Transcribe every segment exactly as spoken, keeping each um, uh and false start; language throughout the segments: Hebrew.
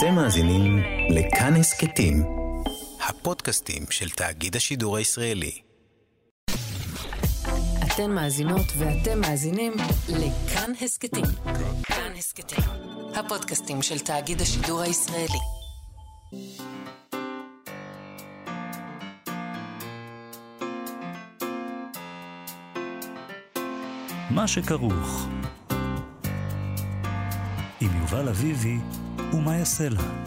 אתם מאזינים לכאן הסכתים, הפודקאסטים של תאגיד השידור הישראלי. אתן מאזינות ואתם מאזינים לכאן הסכתים. כאן הסכתים, הפודקאסטים של תאגיד השידור הישראלי. מה שכרוך עם יובל אביבי ומה יעשה לה.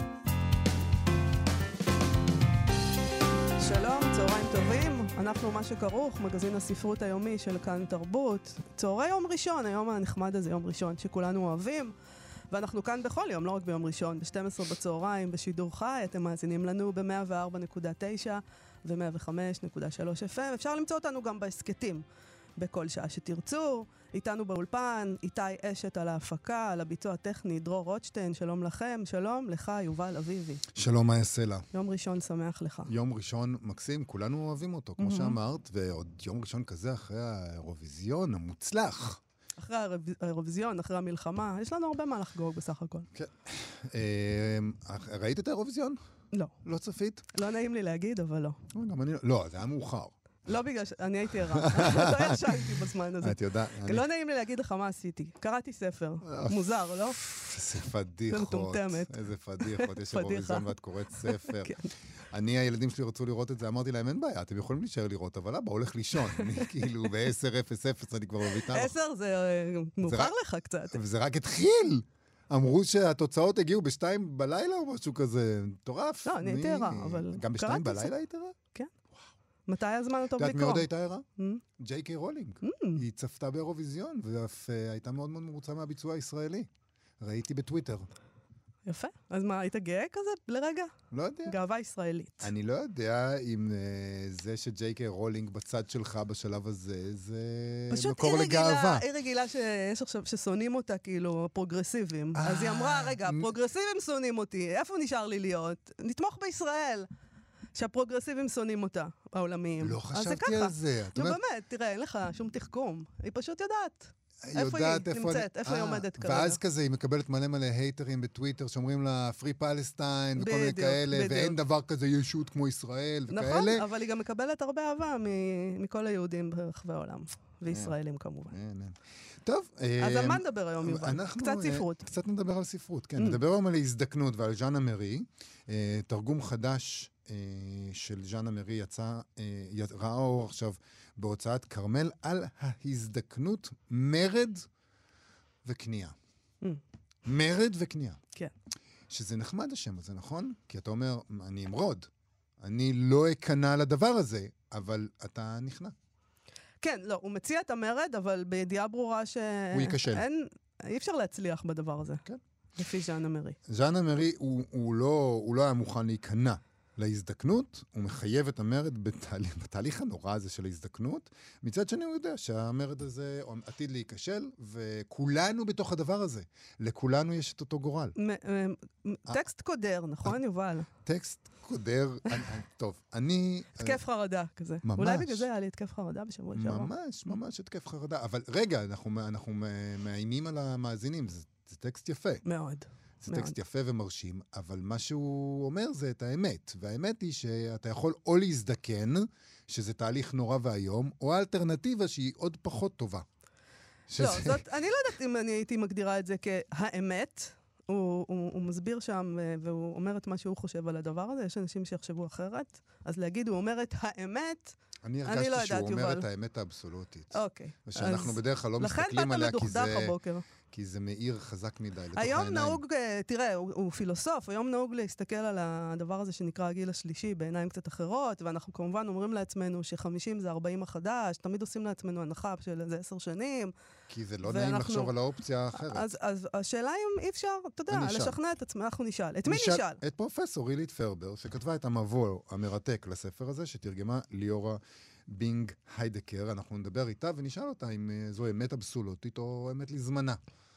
שלום, צהריים טובים. אנחנו מה שכרוך, מגזין הספרות היומי של כאן תרבות. צהרי יום ראשון, היום הנחמד הזה, יום ראשון שכולנו אוהבים. ואנחנו כאן בכל יום, לא רק ביום ראשון, ב-שתים עשרה בצהריים, בשידור חי. אתם מאזינים לנו ב-מאה וארבע נקודה תשע ו-מאה וחמש נקודה שלוש אף אם. אפשר למצוא אותנו גם בהסכתים. בכל שעה שתרצו, איתנו באולפן, איתי אשת על ההפקה, על הביצוע הטכני, דרור רוטשטיין, שלום לכם, שלום לך יובל אביבי. שלום מה יעשה לה. יום ראשון שמח לך. יום ראשון מקסים, כולנו אוהבים אותו, כמו שאמרת, ועוד יום ראשון כזה אחרי האירוויזיון המוצלח. אחרי האירוויזיון, אחרי המלחמה, יש לנו הרבה מה לחגוג בסך הכל. כן. ראית את האירוויזיון? לא. לא צפית? לא נעים לי להגיד, אבל לא. גם אני לא. לא, זה היה מאוחר. לא בגלל שאני הייתי ערה, לא ישנתי בזמן הזה. את יודעת. לא נעים לי להגיד לך מה עשיתי. קראתי ספר, מוזר, לא? איזה פדיחות. זה מטומטמת. איזה פדיחות, יש אירוויזיון ואת קוראת ספר. אני, הילדים שלי רצו לראות את זה, אמרתי להם, אין בעיה, אתם יכולים להישאר לראות, אבל אבא הולך לישון. אני כאילו ב-עשר אפס אפס אני כבר בביתם. עשר זה מאוחר לך קצת. וזה רק התחיל. אמרו שהתוצאות הגיעו בשתיים בלילה או משהו כזה, מטורף. לא, אני הייתי ערה, אבל... גם בשתיים בלילה היית ערה? כן. מתי הזמן הטוב לקרוא? את מאוד הייתה ערה? ג'יי קיי רולינג. היא צפתה באירוויזיון, ואף הייתה מאוד מאוד מרוצה מהביצוע הישראלי. ראיתי בטוויטר. יפה. אז מה, היית גאה כזה לרגע? לא יודע. גאווה ישראלית. אני לא יודע אם זה שג'יי קיי רולינג בצד שלך בשלב הזה, זה מקור לגאווה. היא רגילה שיש עכשיו ששונאים אותה, כאילו, פרוגרסיביים. אז היא אמרה, רגע, פרוגרסיביים שונאים אותי, איפה נשאר לי להיות? נתמוך בישראל. שהפרוגרסיבים שונאים אותה, העולמיים. לא חשבתי על זה. לא באמת, תראה, אין לך שום תחכום. היא פשוט יודעת. איפה היא נמצאת, איפה היא עומדת כרגע. ואז כזה היא מקבלת מלא מלא הייטרים בטוויטר, שאומרים לה פרי פלסטיין וכל מיני כאלה, ואין דבר כזה ישות כמו ישראל וכאלה. נכון, אבל היא גם מקבלת הרבה אהבה מכל היהודים ברחבי העולם, וישראלים כמובן. טוב. אז על מה נדבר היום, יובל? קצת ספרות. קצת נדבר על ספרות, כן. נדבר היום על ההזדקנות ועל ז'אנה מרי, תרגום חדש של ז'אנה מרי יצא, ראה אור עכשיו בהוצאת קרמל על ההזדקנות, מרד וקנייה. מרד וקנייה. כן. שזה נחמד השם הזה, נכון? כי אתה אומר, אני אמרוד, אני לא אכנע לדבר הזה, אבל אתה נכנע. כן, לא, הוא מציע את המרד, אבל בידיעה ברורה ש... הוא ייכשל. אי אפשר להצליח בדבר הזה. כן. לפי ז'אנה מרי. ז'אנה מרי, הוא, הוא לא, הוא לא היה מוכן להיכנע להזדקנות, הוא מחייב את המרד בתהליך, בתהליך הנורא הזה של ההזדקנות. מצד שני הוא יודע שהמרד הזה עתיד להיכשל, וכולנו בתוך הדבר הזה. לכולנו יש את אותו גורל. טקסט קודר, נכון יובל? טקסט קודר, טוב, אני... התקף חרדה כזה. ממש. אולי בגלל זה היה לי התקף חרדה בשבוע שעבר. ממש, ממש התקף חרדה. אבל רגע, אנחנו מאיימים על המאזינים, זה טקסט יפה. מאוד. זה טקסט יפה ומרשים, אבל מה שהוא אומר זה את האמת. והאמת היא שאתה יכול או להזדקן, שזה תהליך נורא והיום, או האלטרנטיבה שהיא עוד פחות טובה. לא, זאת, אני לא יודעת אם אני הייתי מגדירה את זה כהאמת. הוא, הוא, הוא מסביר שם, והוא אומר את מה שהוא חושב על הדבר הזה. יש אנשים שיחשבו אחרת. אז להגיד, הוא אומר את האמת, אני אני לא הרגשתי יודעת, שהוא אומר יובל. את האמת האבסולוטית. אוקיי. ושאנחנו בדרך כלל לא מסתכלים עליה, כי זה, כי זה מאיר חזק מדי לתוך העיניים. היום נהוג, תראה, הוא, הוא פילוסוף, היום נהוג להסתכל על הדבר הזה שנקרא הגיל השלישי בעיניים קצת אחרות, ואנחנו כמובן אומרים לעצמנו שחמישים זה ארבעים החדש, תמיד עושים לעצמנו הנחה של איזה עשר שנים. כי זה לא נעים לחשוב על האופציה האחרת. אז, אז השאלה אם אי אפשר, אתה יודע, לשכנע את עצמנו, אנחנו נשאל. את מי נשאל? נשאל? את פרופסור אילית פרבר, שכתבה את המבוא המרתק לספר הזה, שתרגמה ליאורה בינג היידקר. אנחנו נדבר איתה ונשאל אותה אם זו אמת אבסולוטית או אמת לזמנה.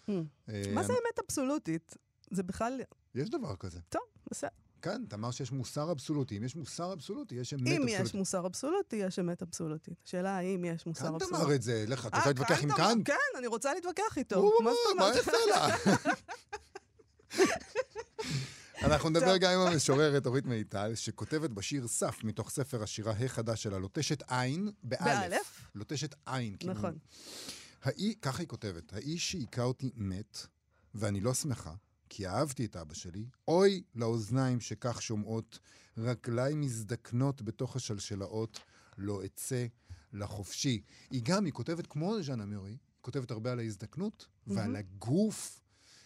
מה זה אמת אבסולוטית? זה בכלל... יש דבר כזה. טוב, בסדר. כן, אתה אמר שיש מוסר אבסולוטי. אם יש מוסר אבסולוטי, יש אמת אבסולוטית. אם יש מוסר אבסולוטי, יש אמת אבסולוטית. השאלה האם יש מוסר אבסולוטי. כאן תאמר את זה, לך, אתה רוצה להתווכח עם כאן? כן, אני רוצה להתווכח איתו. מה יפה לה? אנחנו נדבר גם עם המשוררת אורית מיטל, שכותבת בשיר סף, מתוך ספר השירה החדש שלה, לוטשת עין, באלף. לוטשת עין. נכון. ככה היא כותבת, האיש שהיכה אותי מת, ואני לא שמחה, כי אהבתי את אבא שלי, אוי לאוזניים שכך שומעות, רגלי מזדקנות בתוך השלשלאות, לא אצא לחופשי. היא גם, היא כותבת כמו ז'אנה מרי, היא כותבת הרבה על ההזדקנות, ועל הגוף,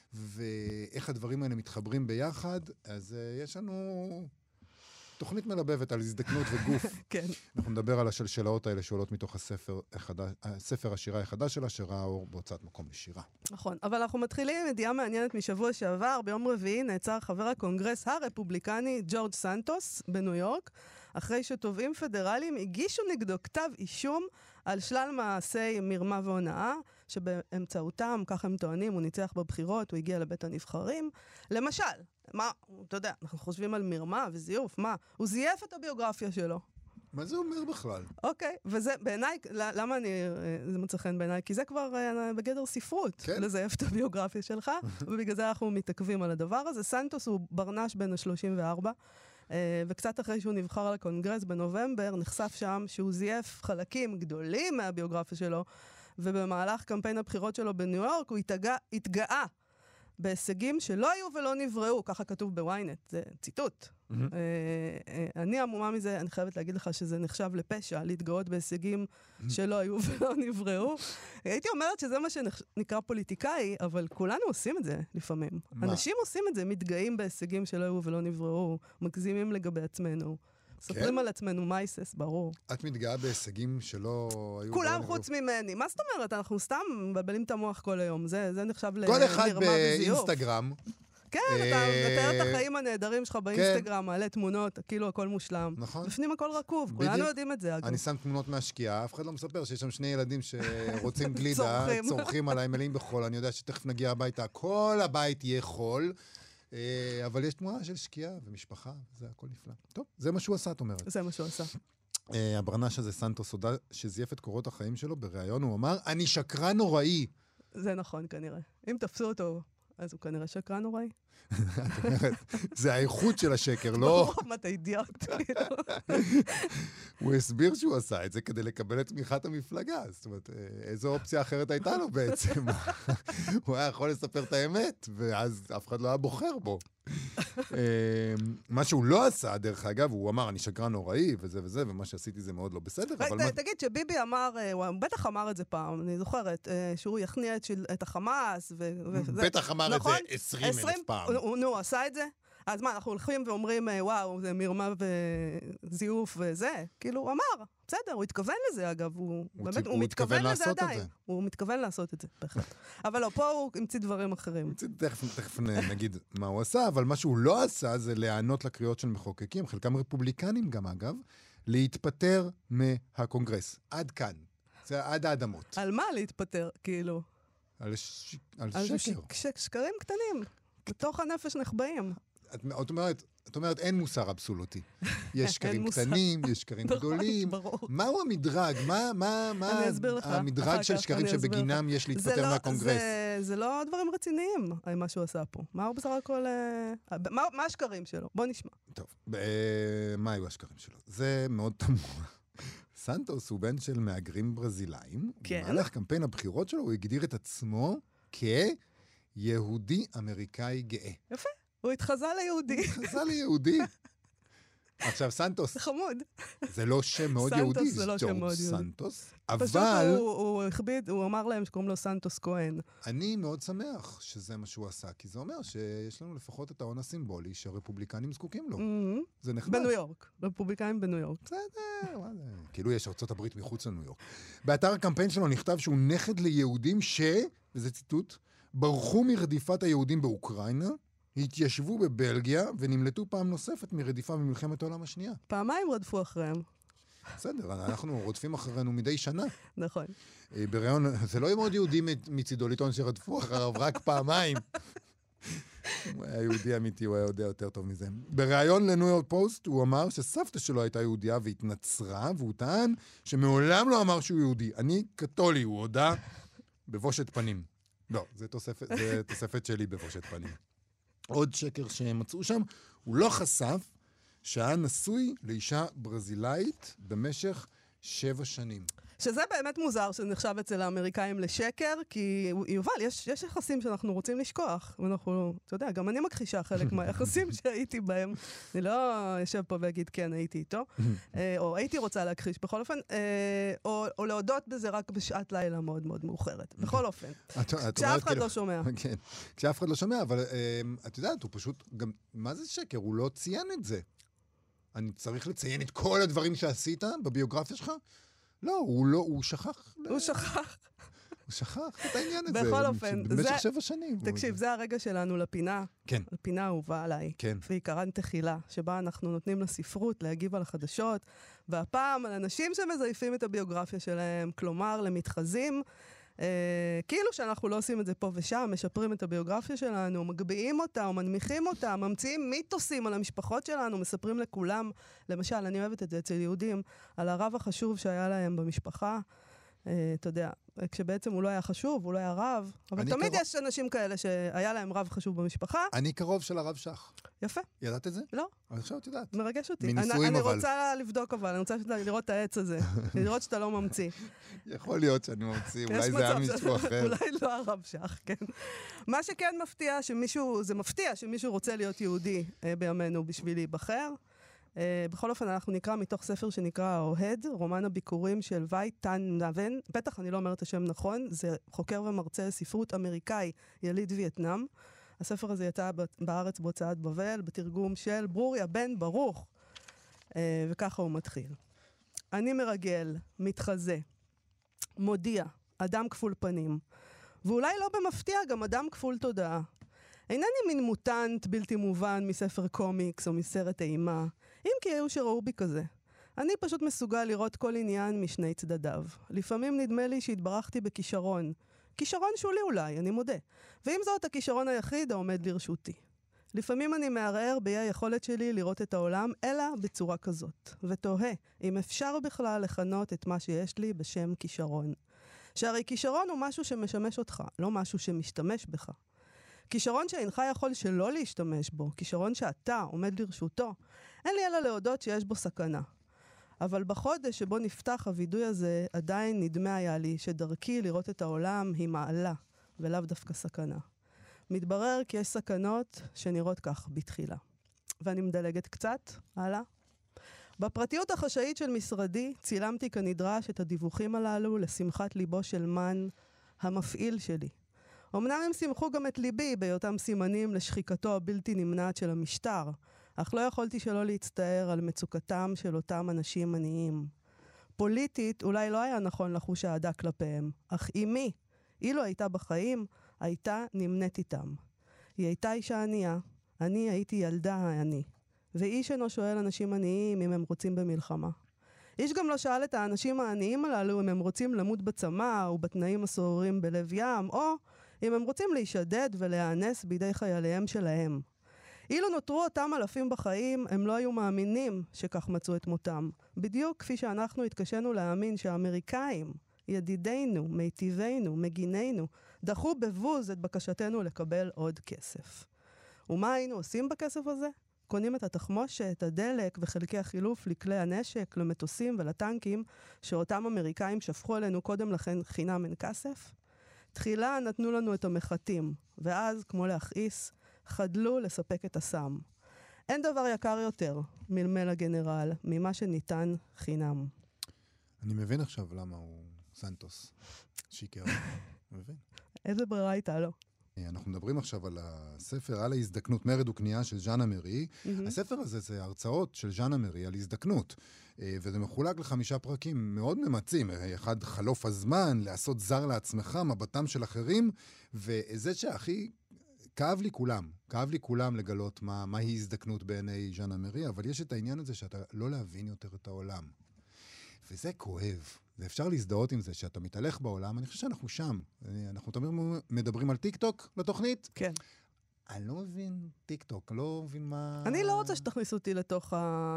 ואיך הדברים האלה מתחברים ביחד, אז uh, יש לנו תוכנית מלבבת על הזדקנות וגוף. כן. אנחנו נדבר על השלשלאות האלה שעולות מתוך הספר, החדש, הספר השירה החדש שלה, שראה אור בהוצאת מקום לשירה. נכון, אבל אנחנו מתחילים עם ידיעה מעניינת משבוע שעבר. ביום רביעי נעצר חבר הקונגרס הרפובליקני ג'ורג' סנטוס בניו יורק, אחרי שתובעים פדרליים הגישו נגדו כתב אישום על שלל מעשי מרמה והונאה, שבאמצעותם, כך הם טוענים, הוא ניצח בבחירות, הוא הגיע לבית הנבחרים. למשל, מה, אתה יודע, אנחנו חושבים על מרמה וזיוף, מה? הוא זייף את הביוגרפיה שלו. מה זה אומר בכלל? אוקיי, וזה בעיניי, למה אני, זה מצא חן בעיניי? כי זה כבר בגדר ספרות, כן. לזייף את הביוגרפיה שלך, ובגלל זה אנחנו מתעכבים על הדבר הזה. סנטוס הוא ברנש בן ה-שלושים וארבע, וקצת אחרי שהוא נבחר על הקונגרס בנובמבר, נחשף שם שהוא זייף חלקים גדולים מהביוגרפיה שלו, ובמהלך קמפיין הבחירות שלו בניו יורק הוא התגא, התגאה בהישגים שלא היו ולא נבראו, ככה כתוב בוויינט, זה ציטוט. Mm-hmm. אה, אה, אני עמומה מזה, אני חייבת להגיד לך שזה נחשב לפשע, להתגאות בהישגים mm-hmm. שלא היו ולא נבראו. הייתי אומרת שזה מה שנקרא פוליטיקאי, אבל כולנו עושים את זה לפעמים. מה? אנשים עושים את זה, מתגאים בהישגים שלא היו ולא נבראו, מגזימים לגבי עצמנו. ספרים כן? על עצמנו מייסס, ברור. את מתגאה בהישגים שלא היו... כולם חוץ ממני. מה זאת אומרת? אנחנו סתם מבלבלים את המוח כל היום. זה, זה נחשב למרמה כל וזיוף. אחד באינסטגרם. כן, אתה מתאר את החיים הנהדרים שלך באינסטגרם, מעלה תמונות, כאילו הכל מושלם. נכון. לפנים הכל רקוב, כולנו יודעים את זה, אגב. אני שם תמונות מהשקיעה, אף אחד לא מספר שיש שם שני ילדים שרוצים גלידה, צורכים עליי, מלאים בחול. אני יודע שתכף נגיע הביתה, כל הבית יהיה חול. אבל יש תמונה של שקיעה ומשפחה, זה הכל נפלא. טוב, זה מה שהוא עשה, את אומרת. זה מה שהוא עשה. הברנש הזה, סנטוס, הודה שזייף את קורות החיים שלו בריאיון, הוא אמר, אני שקרן נוראי. זה נכון, כנראה. אם תפסו אותו, אז הוא כנראה שקרן נוראי. את אומרת, זה האיכות של השקר, לא... ברור, מה אתה אידיוט. הוא הסביר שהוא עשה את זה כדי לקבל את תמיכת המפלגה. זאת אומרת, איזו אופציה אחרת הייתה לו בעצם. הוא היה יכול לספר את האמת, ואז אף אחד לא היה בוחר בו. מה שהוא לא עשה, דרך אגב, הוא אמר, אני שקרן נוראי, וזה וזה, ומה שעשיתי זה מאוד לא בסדר. תגיד שביבי אמר, הוא בטח אמר את זה פעם, אני זוכרת, שהוא יכניע את החמאס. בטח אמר את זה עשרים אלף פעם. נו, עשה את זה? אז מה, אנחנו הולכים ואומרים, וואו, זה מרמה וזיוף וזה. כאילו, הוא אמר, בסדר, הוא התכוון לזה, אגב, הוא באמת, הוא מתכוון לזה עדיין. הוא מתכוון לעשות את זה, בהחלט. אבל לא, פה הוא המציא דברים אחרים. תכף נגיד מה הוא עשה, אבל מה שהוא לא עשה זה להיענות לקריאות של מחוקקים, חלקם רפובליקנים גם, אגב, להתפטר מהקונגרס. עד כאן. זה עד האדמות. על מה להתפטר, כאילו? על שקר. שקרים קטנים. בתוך הנפש נחבאים. את אומרת, את אומרת, אין מוסר אבסולוטי. יש שקרים קטנים, יש שקרים גדולים. מהו המדרג? מה, מה, מה המדרג של שקרים שבגינם יש להתפטר מהקונגרס? זה לא דברים רציניים, מה שהוא עשה פה. מה הוא בסך הכל... מה השקרים שלו? בוא נשמע. טוב, מה היו השקרים שלו? זה מאוד תמוה. סנטוס הוא בן של מהגרים ברזילאים. במהלך קמפיין הבחירות שלו הוא הגדיר את עצמו כיהודי אמריקאי גאה. יפה. הוא התחזה ליהודי. התחזה ליהודי. עכשיו, סנטוס. חמוד. זה לא שם מאוד יהודי. סנטוס זה לא שם מאוד יהודי. סנטוס, אבל... פשוט הוא הכביד, הוא אמר להם שקוראים לו סנטוס כהן. אני מאוד שמח שזה מה שהוא עשה, כי זה אומר שיש לנו לפחות את ההון הסימבולי שהרפובליקנים זקוקים לו. זה נחמד. בניו יורק. רפובליקנים בניו יורק. בסדר, וואלה. כאילו יש ארצות הברית מחוץ לניו יורק. באתר הקמפיין שלו נכתב שהוא נכד ליהודים ש... וזה ציטוט, ברחו מרדיפת היהודים באוקראינה, התיישבו בבלגיה ונמלטו פעם נוספת מרדיפה במלחמת העולם השנייה. פעמיים רדפו אחריהם. בסדר, אנחנו רודפים אחרינו מדי שנה. נכון. בראיון, זה לא מאוד יהודי מצידו לטעון שרדפו אחריו רק פעמיים. הוא היה יהודי אמיתי, הוא היה יודע יותר טוב מזה. בראיון לניו יורק פוסט הוא אמר שסבתא שלו הייתה יהודיה והתנצרה, והוא טען שמעולם לא אמר שהוא יהודי. אני קתולי, הוא הודה בבושת פנים. לא, זה תוספת, זה תוספת שלי בבושת פנים. עוד שקר שמצאו שם, הוא לא חשף שהיה נשוי לאישה ברזילאית במשך שבע שנים. שזה באמת מוזר שנחשב אצל האמריקאים לשקר, כי יובל, יש, יש יחסים שאנחנו רוצים לשכוח. ואנחנו, אתה יודע, גם אני מכחישה חלק מהיחסים שהייתי בהם. אני לא יושב פה ואגיד, כן, הייתי איתו. או הייתי רוצה להכחיש, בכל אופן. או, או להודות בזה רק בשעת לילה מאוד מאוד מאוחרת. בכל אופן. כשאף אחד לא שומע. כן, כשאף אחד לא שומע, אבל את יודעת, הוא פשוט, גם, מה זה שקר? הוא לא ציין את זה. אני צריך לציין את כל הדברים שעשית בביוגרפיה שלך? לא, הוא לא, הוא שכח. הוא שכח. הוא שכח את העניין הזה. בכל אופן. במשך שבע שנים. תקשיב, זה הרגע שלנו לפינה. כן. הפינה האהובה עליי. כן. והיא קרן תחילה, שבה אנחנו נותנים לספרות להגיב על החדשות, והפעם על אנשים שמזייפים את הביוגרפיה שלהם, כלומר למתחזים, אה, כאילו שאנחנו לא עושים את זה פה ושם, משפרים את הביוגרפיה שלנו, מגביעים אותה או מנמיכים אותה, ממציאים מיתוסים על המשפחות שלנו, מספרים לכולם. למשל, אני אוהבת את זה אצל יהודים, על הרב החשוב שהיה להם במשפחה. אה, אתה יודע, כשבעצם הוא לא היה חשוב, הוא לא היה רב, אבל תמיד קרוב... יש אנשים כאלה שהיה להם רב חשוב במשפחה. אני קרוב של הרב שח. יפה. ידעת את זה? לא. אבל עכשיו את יודעת. מרגש אותי. מניסויים אני, אבל. אני רוצה לבדוק אבל, אני רוצה לראות את העץ הזה. לראות שאתה לא ממציא. יכול להיות שאני ממציא, אולי זה היה מישהו אחר. אולי לא הרב שח, כן. מה שכן מפתיע, שמישהו, זה מפתיע שמישהו רוצה להיות יהודי אה, בימינו בשביל להיבחר. Uh, בכל אופן, אנחנו נקרא מתוך ספר שנקרא האוהד, רומן הביקורים של וואי טן נאבן. בטח אני לא אומרת השם נכון, זה חוקר ומרצה ספרות אמריקאי, יליד וייטנאם. הספר הזה יצא בארץ בהוצאת בבל, בתרגום של ברוריה בן ברוך. Uh, וככה הוא מתחיל. אני מרגל, מתחזה, מודיע, אדם כפול פנים, ואולי לא במפתיע גם אדם כפול תודעה. אינני מין מוטנט בלתי מובן מספר קומיקס או מסרט אימה, אם כי היו שראו בי כזה. אני פשוט מסוגל לראות כל עניין משני צדדיו. לפעמים נדמה לי שהתברכתי בכישרון. כישרון שולי אולי, אני מודה. ועם זאת הכישרון היחיד העומד לרשותי. לפעמים אני מערער באי היכולת שלי לראות את העולם, אלא בצורה כזאת. ותוהה אם אפשר בכלל לכנות את מה שיש לי בשם כישרון. שהרי כישרון הוא משהו שמשמש אותך, לא משהו שמשתמש בך. כישרון שאינך יכול שלא להשתמש בו, כישרון שאתה עומד לרשותו, אין לי אלא להודות שיש בו סכנה. אבל בחודש שבו נפתח הוידוי הזה, עדיין נדמה היה לי שדרכי לראות את העולם היא מעלה, ולאו דווקא סכנה. מתברר כי יש סכנות שנראות כך בתחילה. ואני מדלגת קצת, הלאה. בפרטיות החשאית של משרדי, צילמתי כנדרש את הדיווחים הללו לשמחת ליבו של מן, המפעיל שלי. אמנם הם שמחו גם את ליבי בהיותם סימנים לשחיקתו הבלתי נמנעת של המשטר, אך לא יכולתי שלא להצטער על מצוקתם של אותם אנשים עניים. פוליטית אולי לא היה נכון לחוש אהדה כלפיהם, אך אמי, אילו הייתה בחיים, הייתה נמנית איתם. היא הייתה אישה ענייה, אני הייתי ילדה העני, ואיש אינו שואל אנשים עניים אם הם רוצים במלחמה. איש גם לא שאל את האנשים העניים הללו אם הם רוצים למות בצמא או בתנאים הסוערים בלב ים, או אם הם רוצים להישדד ולהיאנס בידי חייליהם שלהם. אילו נותרו אותם אלפים בחיים, הם לא היו מאמינים שכך מצאו את מותם. בדיוק כפי שאנחנו התקשנו להאמין שהאמריקאים, ידידינו, מיטיבינו, מגינינו, דחו בבוז את בקשתנו לקבל עוד כסף. ומה היינו עושים בכסף הזה? קונים את התחמושת, הדלק וחלקי החילוף לכלי הנשק, למטוסים ולטנקים, שאותם אמריקאים שפכו עלינו קודם לכן חינם אין כסף? תחילה נתנו לנו את המחטים, ואז, כמו להכעיס, חדלו לספק את הסם. אין דבר יקר יותר, מלמל הגנרל, ממה שניתן חינם. אני מבין עכשיו למה הוא סנטוס. שיקר. מבין. איזה ברירה הייתה לו? אנחנו מדברים עכשיו על הספר, על ההזדקנות, מרד וקנייה של ז'אנה מרי. Mm-hmm. הספר הזה זה הרצאות של ז'אנה מרי על הזדקנות. וזה מחולק לחמישה פרקים מאוד ממצים. אחד, חלוף הזמן, לעשות זר לעצמך, מבטם של אחרים, וזה שהכי כאב לי כולם. כאב לי כולם לגלות מה, מה היא הזדקנות בעיני ז'אנה מרי, אבל יש את העניין הזה שאתה לא להבין יותר את העולם. וזה כואב. ואפשר להזדהות עם זה, שאתה מתהלך בעולם, אני חושב שאנחנו שם. אנחנו תמיד מדברים על טיק טוק לתוכנית. כן. אני לא מבין טיק טוק, אני לא מבין מה... אני לא רוצה שתכניס אותי לתוך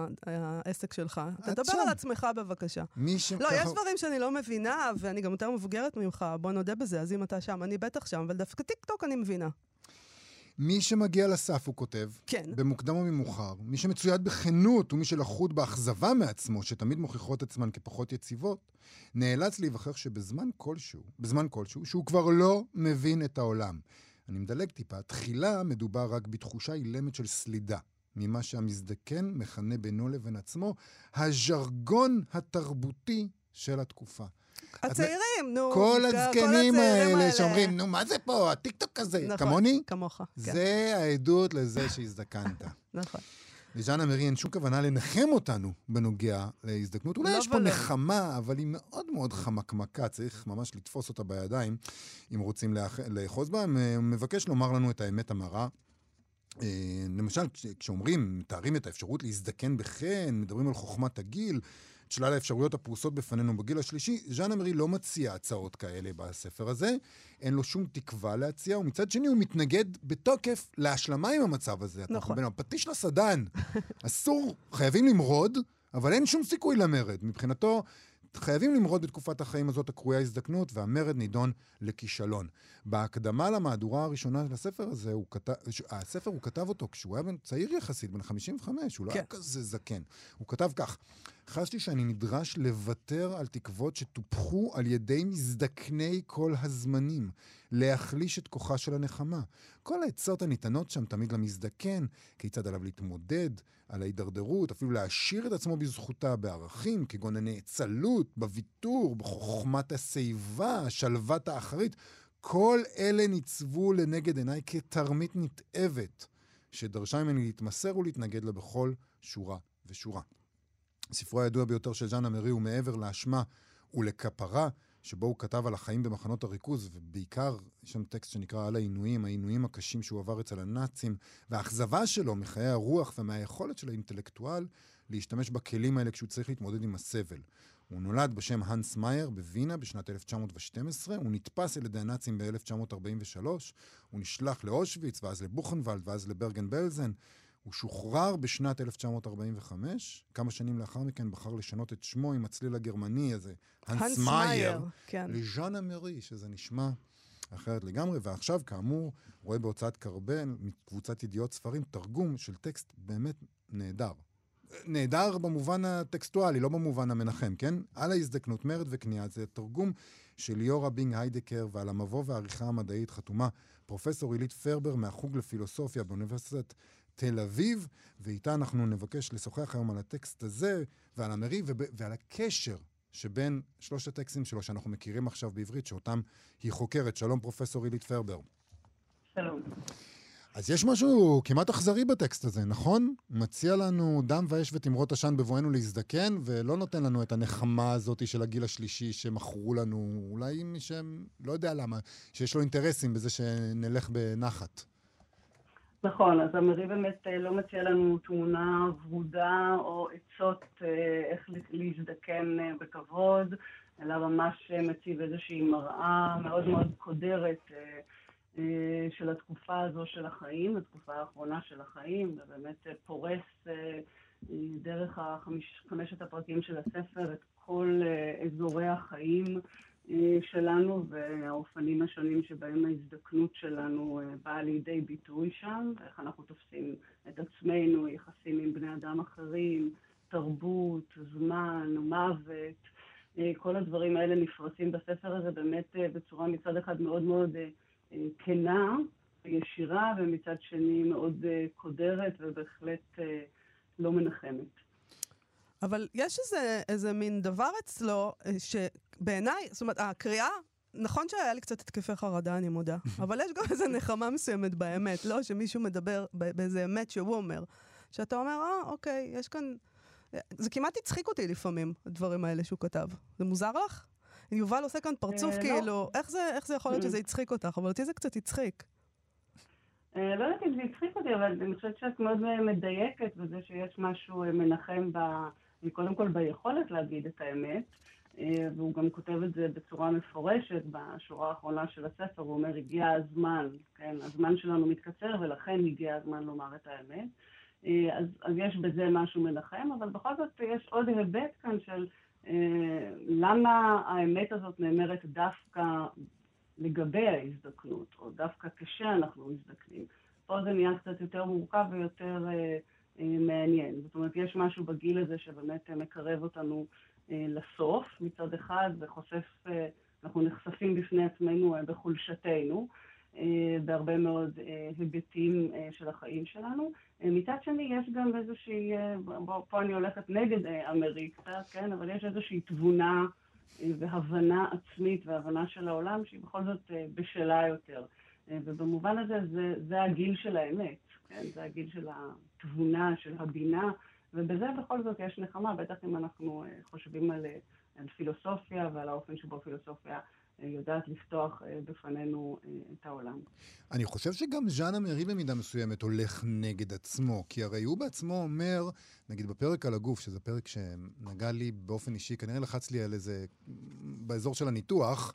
העסק שלך. תדבר על עצמך בבקשה. לא, יש דברים שאני לא מבינה, ואני גם יותר מבוגרת ממך, בוא נודה בזה, אז אם אתה שם, אני בטח שם, אבל דווקא טיק טוק אני מבינה. מי שמגיע לסף, הוא כותב, כן. במוקדם או ממאוחר, מי שמצויד בכנות ומי שלחוד באכזבה מעצמו, שתמיד מוכיחות עצמן כפחות יציבות, נאלץ להיווכח שבזמן כלשהו, בזמן כלשהו, שהוא כבר לא מבין את העולם. אני מדלג טיפה, תחילה מדובר רק בתחושה אילמת של סלידה, ממה שהמזדקן מכנה בינו לבין עצמו, הז'רגון התרבותי של התקופה. הצעירים, נו. כל הזקנים האלה שאומרים, נו, מה זה פה, הטיקטוק הזה? נכון, כמוני? כמוך. זה העדות לזה שהזדקנת. נכון. לז'אנה מרי אין שום כוונה לנחם אותנו בנוגע להזדקנות. אולי יש פה נחמה, אבל היא מאוד מאוד חמקמקה, צריך ממש לתפוס אותה בידיים, אם רוצים לאחוז בה. מבקש לומר לנו את האמת המרה. למשל, כשאומרים, מתארים את האפשרות להזדקן בחן, מדברים על חוכמת הגיל, את שלל האפשרויות הפרוסות בפנינו בגיל השלישי, ז'אנה מרי לא מציע הצעות כאלה בספר הזה, אין לו שום תקווה להציע, ומצד שני הוא מתנגד בתוקף להשלמה עם המצב הזה. נכון. בין הפטיש לסדן, אסור, חייבים למרוד, אבל אין שום סיכוי למרד. מבחינתו, חייבים למרוד בתקופת החיים הזאת הקרויה הזדקנות, והמרד נידון לכישלון. בהקדמה למהדורה הראשונה של הספר הזה, הוא כתב, הספר הוא כתב אותו כשהוא היה בן צעיר יחסית, בן חמישים וחמש, הוא לא היה כזה זקן. הוא כתב כך, חשתי שאני נדרש לוותר על תקוות שטופחו על ידי מזדקני כל הזמנים, להחליש את כוחה של הנחמה. כל העצות הניתנות שם תמיד למזדקן, כיצד עליו להתמודד, על ההידרדרות, אפילו להשאיר את עצמו בזכותה בערכים, כגון הנאצלות, בוויתור, בחוכמת השיבה, שלוות האחרית. כל אלה ניצבו לנגד עיניי כתרמית נתאבת, שדרשה ממני להתמסר ולהתנגד לה בכל שורה ושורה. ספרו הידוע ביותר של ז'אנה מרי הוא מעבר לאשמה ולכפרה, שבו הוא כתב על החיים במחנות הריכוז, ובעיקר יש שם טקסט שנקרא על העינויים, העינויים הקשים שהוא עבר אצל הנאצים, והאכזבה שלו מחיי הרוח ומהיכולת של האינטלקטואל להשתמש בכלים האלה כשהוא צריך להתמודד עם הסבל. הוא נולד בשם הנס מאייר בווינה בשנת אלף תשע מאות ושתים עשרה, הוא נתפס על ידי הנאצים ב-אלף תשע מאות ארבעים ושלוש, הוא נשלח לאושוויץ ואז לבוכנוולד ואז לברגן בלזן, הוא שוחרר בשנת אלף תשע מאות ארבעים וחמש, כמה שנים לאחר מכן בחר לשנות את שמו עם הצליל הגרמני הזה, הנס מאייר, כן. לז'אנה מרי, שזה נשמע אחרת לגמרי, ועכשיו כאמור רואה בהוצאת קרבן, מקבוצת ידיעות ספרים, תרגום של טקסט באמת נהדר. נהדר במובן הטקסטואלי, לא במובן המנחם, כן? על ההזדקנות, מרד וכניעה, זה תרגום של ליאורה בינג היידקר, ועל המבוא והעריכה המדעית חתומה פרופסור אילית פרבר מהחוג לפילוסופיה באוניברסיטת תל אביב, ואיתה אנחנו נבקש לשוחח היום על הטקסט הזה, ועל המרי, ועל הקשר שבין שלושת הטקסטים שלו, שאנחנו מכירים עכשיו בעברית, שאותם היא חוקרת. שלום פרופסור אילית פרבר. שלום. אז יש משהו כמעט אכזרי בטקסט הזה, נכון? מציע לנו דם ואש ותמרות עשן בבואנו להזדקן, ולא נותן לנו את הנחמה הזאת של הגיל השלישי שמכרו לנו, אולי מי שהם, לא יודע למה, שיש לו אינטרסים בזה שנלך בנחת. נכון, אז המרי באמת לא מציע לנו תמונה ורודה או עצות איך להזדקן בכבוד, אלא ממש מציב איזושהי מראה מאוד מאוד קודרת של התקופה הזו של החיים, התקופה האחרונה של החיים, ובאמת פורס דרך החמש, חמשת הפרקים של הספר את כל אזורי החיים שלנו והאופנים השונים שבהם ההזדקנות שלנו באה לידי ביטוי שם, ואיך אנחנו תופסים את עצמנו, יחסים עם בני אדם אחרים, תרבות, זמן, מוות, כל הדברים האלה נפרסים בספר הזה באמת בצורה מצד אחד מאוד מאוד כנה, ישירה, ומצד שני מאוד קודרת ובהחלט לא מנחמת. אבל יש איזה, איזה מין דבר אצלו שבעיניי, זאת אומרת, הקריאה, נכון שהיה לי קצת התקפי חרדה, אני מודה, אבל יש גם איזה נחמה מסוימת באמת, לא? שמישהו מדבר באיזה אמת שהוא אומר, שאתה אומר, אה, אוקיי, יש כאן... זה כמעט הצחיק אותי לפעמים, הדברים האלה שהוא כתב. זה מוזר לך? יובל עושה כאן פרצוף כאילו, איך זה, איך זה יכול להיות שזה יצחיק אותך? אבל אותי זה קצת יצחיק. לא יודעת אם זה יצחיק אותי, אבל אני חושבת שאת מאוד מדייקת בזה שיש משהו מנחם קודם כל ביכולת להגיד את האמת, והוא גם כותב את זה בצורה מפורשת בשורה האחרונה של הספר, הוא אומר, הגיע הזמן, כן? הזמן שלנו מתקצר ולכן הגיע הזמן לומר את האמת. אז, אז יש בזה משהו מנחם, אבל בכל זאת יש עוד היבט כאן של למה האמת הזאת נאמרת דווקא לגבי ההזדקנות, או דווקא כשאנחנו מזדקנים. פה זה נהיה קצת יותר מורכב ויותר אה, אה, מעניין. זאת אומרת, יש משהו בגיל הזה שבאמת מקרב אותנו אה, לסוף, מצד אחד, וחושף, אה, אנחנו נחשפים בפני עצמנו אה, בחולשתנו, אה, בהרבה מאוד אה, היבטים אה, של החיים שלנו. אה, מצד שני, יש גם איזושהי, אה, בוא, פה אני הולכת נגד אה, אמריקה, כן? אבל יש איזושהי תבונה אה, והבנה עצמית והבנה של העולם שהיא בכל זאת אה, בשלה יותר. ובמובן הזה זה, זה הגיל של האמת, כן? זה הגיל של התבונה, של הבינה, ובזה בכל זאת יש נחמה, בטח אם אנחנו חושבים על, על פילוסופיה ועל האופן שבו פילוסופיה יודעת לפתוח בפנינו את העולם. אני חושב שגם ז'אן אמרי במידה מסוימת הולך נגד עצמו, כי הרי הוא בעצמו אומר, נגיד בפרק על הגוף, שזה פרק שנגע לי באופן אישי, כנראה לחץ לי על איזה, באזור של הניתוח.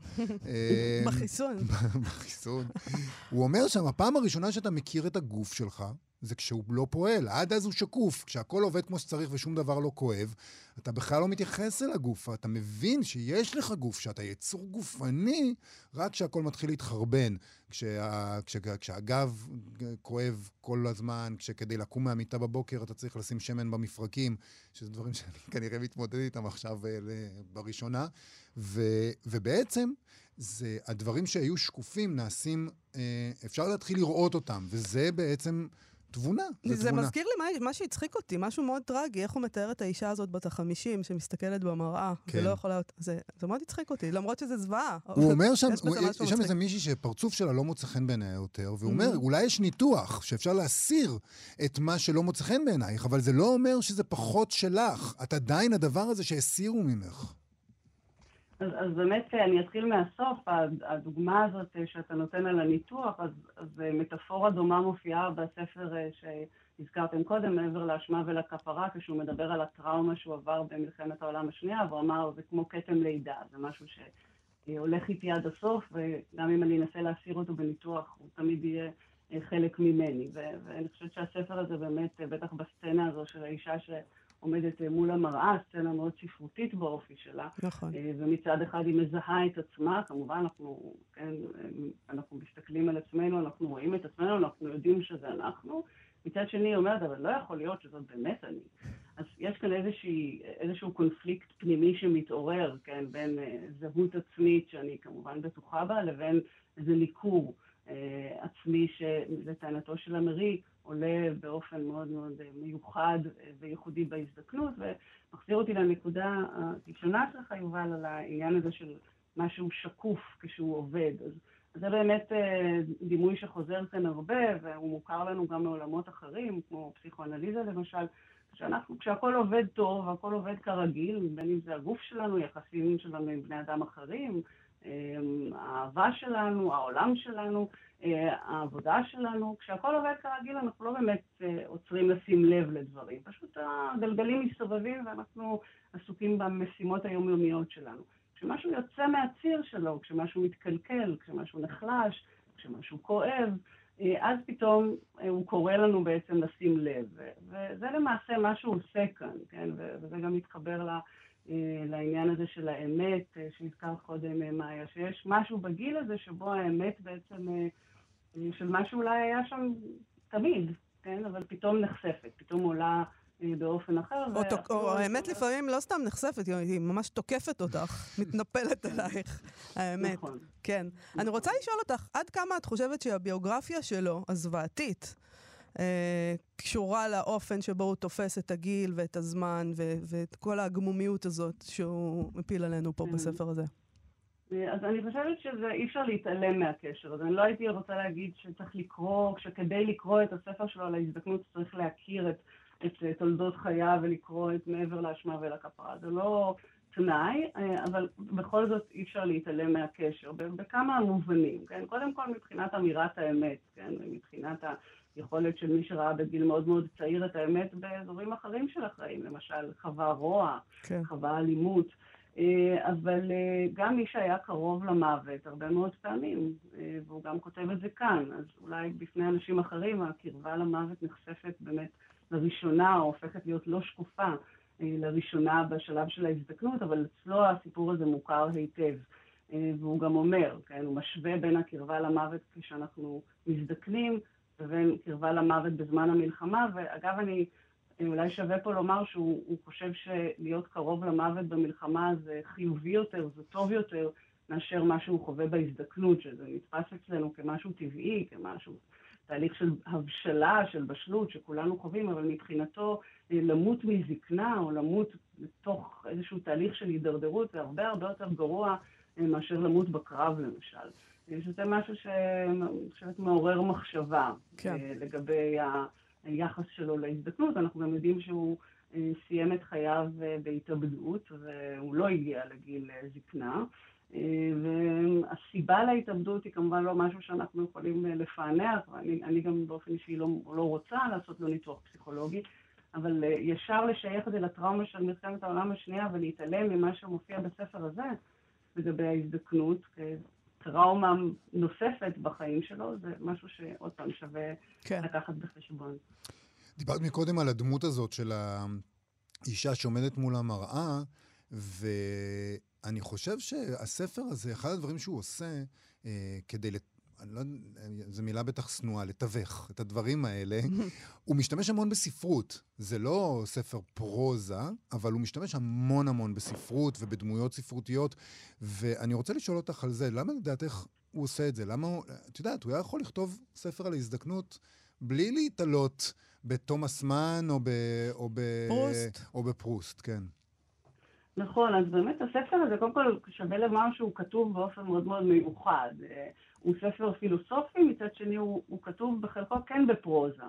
בחיסון. בחיסון. הוא אומר שם, הפעם הראשונה שאתה מכיר את הגוף שלך, זה כשהוא לא פועל, עד אז הוא שקוף, כשהכל עובד כמו שצריך ושום דבר לא כואב, אתה בכלל לא מתייחס אל הגוף, אתה מבין שיש לך גוף, שאתה יצור גופני, רק כשהכל מתחיל להתחרבן, כשה, כשה, כשהגב כואב כל הזמן, כשכדי לקום מהמיטה בבוקר אתה צריך לשים שמן במפרקים, שזה דברים שאני כנראה מתמודד איתם עכשיו בראשונה, ו, ובעצם זה, הדברים שהיו שקופים נעשים, אפשר להתחיל לראות אותם, וזה בעצם תבונה. זה, זה תבונה. מזכיר לי מה, מה שהצחיק אותי, משהו מאוד טרגי, איך הוא מתאר את האישה הזאת בת החמישים שמסתכלת במראה, כן. ולא יכולה... זה, זה מאוד הצחיק אותי, למרות שזה זוועה. הוא אומר שם, יש הוא, יש שם איזה מישהי שפרצוף שלה לא מוצא חן בעיניי יותר, והוא אומר, אולי יש ניתוח שאפשר להסיר את מה שלא מוצא חן בעינייך, אבל זה לא אומר שזה פחות שלך. את עדיין הדבר הזה שהסירו ממך. אז, אז באמת אני אתחיל מהסוף, הדוגמה הזאת שאתה נותן על הניתוח, אז, אז מטאפורה דומה מופיעה בספר שהזכרתם קודם, מעבר לאשמה ולכפרה, כשהוא מדבר על הטראומה שהוא עבר במלחמת העולם השנייה, והוא אמר, זה כמו כתם לידה, זה משהו שהולך איתי עד הסוף, וגם אם אני אנסה להסיר אותו בניתוח, הוא תמיד יהיה חלק ממני. ו- ואני חושבת שהספר הזה באמת, בטח בסצנה הזו של האישה ש... עומדת מול המראה, סצנה מאוד ספרותית באופי שלה. נכון. ומצד אחד היא מזהה את עצמה, כמובן אנחנו, כן, אנחנו מסתכלים על עצמנו, אנחנו רואים את עצמנו, אנחנו יודעים שזה אנחנו. מצד שני היא אומרת, אבל לא יכול להיות שזאת באמת אני. אז יש כאן איזושהי, איזשהו קונפליקט פנימי שמתעורר, כן, בין זהות עצמית שאני כמובן בטוחה בה, לבין איזה ניכור עצמי שלטענתו של אמרי, עולה באופן מאוד מאוד מיוחד וייחודי בהזדקנות, ומחזיר אותי לנקודה הראשונה שלך, יובל, על העניין הזה של משהו שקוף כשהוא עובד. אז זה באמת דימוי שחוזר כאן הרבה, והוא מוכר לנו גם מעולמות אחרים, כמו פסיכואנליזה למשל, שאנחנו, כשהכל עובד טוב, הכל עובד כרגיל, בין אם זה הגוף שלנו, יחסים שלנו עם בני אדם אחרים, האהבה שלנו, העולם שלנו, העבודה שלנו, כשהכל עובד כרגיל אנחנו לא באמת עוצרים לשים לב לדברים, פשוט הגלגלים מסתובבים ואנחנו עסוקים במשימות היומיומיות שלנו. כשמשהו יוצא מהציר שלו, כשמשהו מתקלקל, כשמשהו נחלש, כשמשהו כואב, אז פתאום הוא קורא לנו בעצם לשים לב, וזה למעשה מה שהוא עושה כאן, כן? וזה גם מתחבר לה לעניין הזה של האמת, שהזכרת קודם מאיה, שיש משהו בגיל הזה שבו האמת בעצם, של מה שאולי היה שם תמיד, כן? אבל פתאום נחשפת, פתאום עולה באופן אחר. או, תוק, או האמת לפעמים לא סתם נחשפת, היא ממש תוקפת אותך, מתנפלת עלייך, האמת. נכון. כן. נכון. אני רוצה לשאול אותך, עד כמה את חושבת שהביוגרפיה שלו, הזוועתית, אה, קשורה לאופן שבו הוא תופס את הגיל ואת הזמן ו- ואת כל הגמומיות הזאת שהוא מפיל עלינו פה בספר הזה? אז אני חושבת שאי אפשר להתעלם מהקשר. אז אני לא הייתי רוצה להגיד שצריך לקרוא, שכדי לקרוא את הספר שלו על ההזדקנות צריך להכיר את, את תולדות חייו ולקרוא את מעבר לאשמה ולכפרה. זה לא תנאי, אבל בכל זאת אי אפשר להתעלם מהקשר. בכמה מובנים, כן? קודם כל מבחינת אמירת האמת, כן? מבחינת ה... יכולת של מי שראה בגיל מאוד מאוד צעיר את האמת באזורים אחרים של החיים, למשל חווה רוע, כן. חווה אלימות, אבל גם מי שהיה קרוב למוות הרבה מאוד פעמים, והוא גם כותב את זה כאן, אז אולי בפני אנשים אחרים הקרבה למוות נחשפת באמת לראשונה, או הופכת להיות לא שקופה לראשונה בשלב של ההזדקנות, אבל אצלו הסיפור הזה מוכר היטב. והוא גם אומר, כן, הוא משווה בין הקרבה למוות כשאנחנו מזדקנים, לבין קרבה למוות בזמן המלחמה, ואגב, אני אולי שווה פה לומר שהוא חושב שלהיות קרוב למוות במלחמה זה חיובי יותר, זה טוב יותר, מאשר מה שהוא חווה בהזדקנות, שזה נתפס אצלנו כמשהו טבעי, כמשהו, תהליך של הבשלה, של בשלות, שכולנו חווים, אבל מבחינתו למות מזקנה או למות בתוך איזשהו תהליך של הידרדרות, זה הרבה הרבה יותר גרוע מאשר למות בקרב למשל. שזה משהו שחושבת מעורר מחשבה כן. לגבי היחס שלו להזדקנות. אנחנו גם יודעים שהוא סיים את חייו בהתאבדות, והוא לא הגיע לגיל זקנה. והסיבה להתאבדות היא כמובן לא משהו שאנחנו יכולים לפענח, ואני אני גם באופן אישי לא, לא רוצה לעשות לו ניתוח פסיכולוגי, אבל ישר לשייך את זה לטראומה של מלחמת העולם השנייה ולהתעלם ממה שמופיע בספר הזה לגבי ההזדקנות כטראומה נוספת בחיים שלו, זה משהו שעוד פעם שווה כן. לקחת בחשבון. דיברת מקודם על הדמות הזאת של האישה שעומדת מול המראה, ו... אני חושב שהספר הזה, אחד הדברים שהוא עושה, אה, כדי, לת... אני לא, זו מילה בטח סנועה, לתווך את הדברים האלה, הוא משתמש המון בספרות. זה לא ספר פרוזה, אבל הוא משתמש המון המון בספרות ובדמויות ספרותיות, ואני רוצה לשאול אותך על זה, למה לדעתך הוא עושה את זה? למה הוא, את יודעת, הוא היה יכול לכתוב ספר על ההזדקנות בלי להתעלות בתומאס מן או, ב, או, ב, או בפרוסט, כן. נכון, אז באמת הספר הזה, קודם כל שווה לומר שהוא כתוב באופן מאוד מאוד מיוחד. הוא ספר פילוסופי, מצד שני הוא, הוא כתוב בחלקו כן בפרוזה.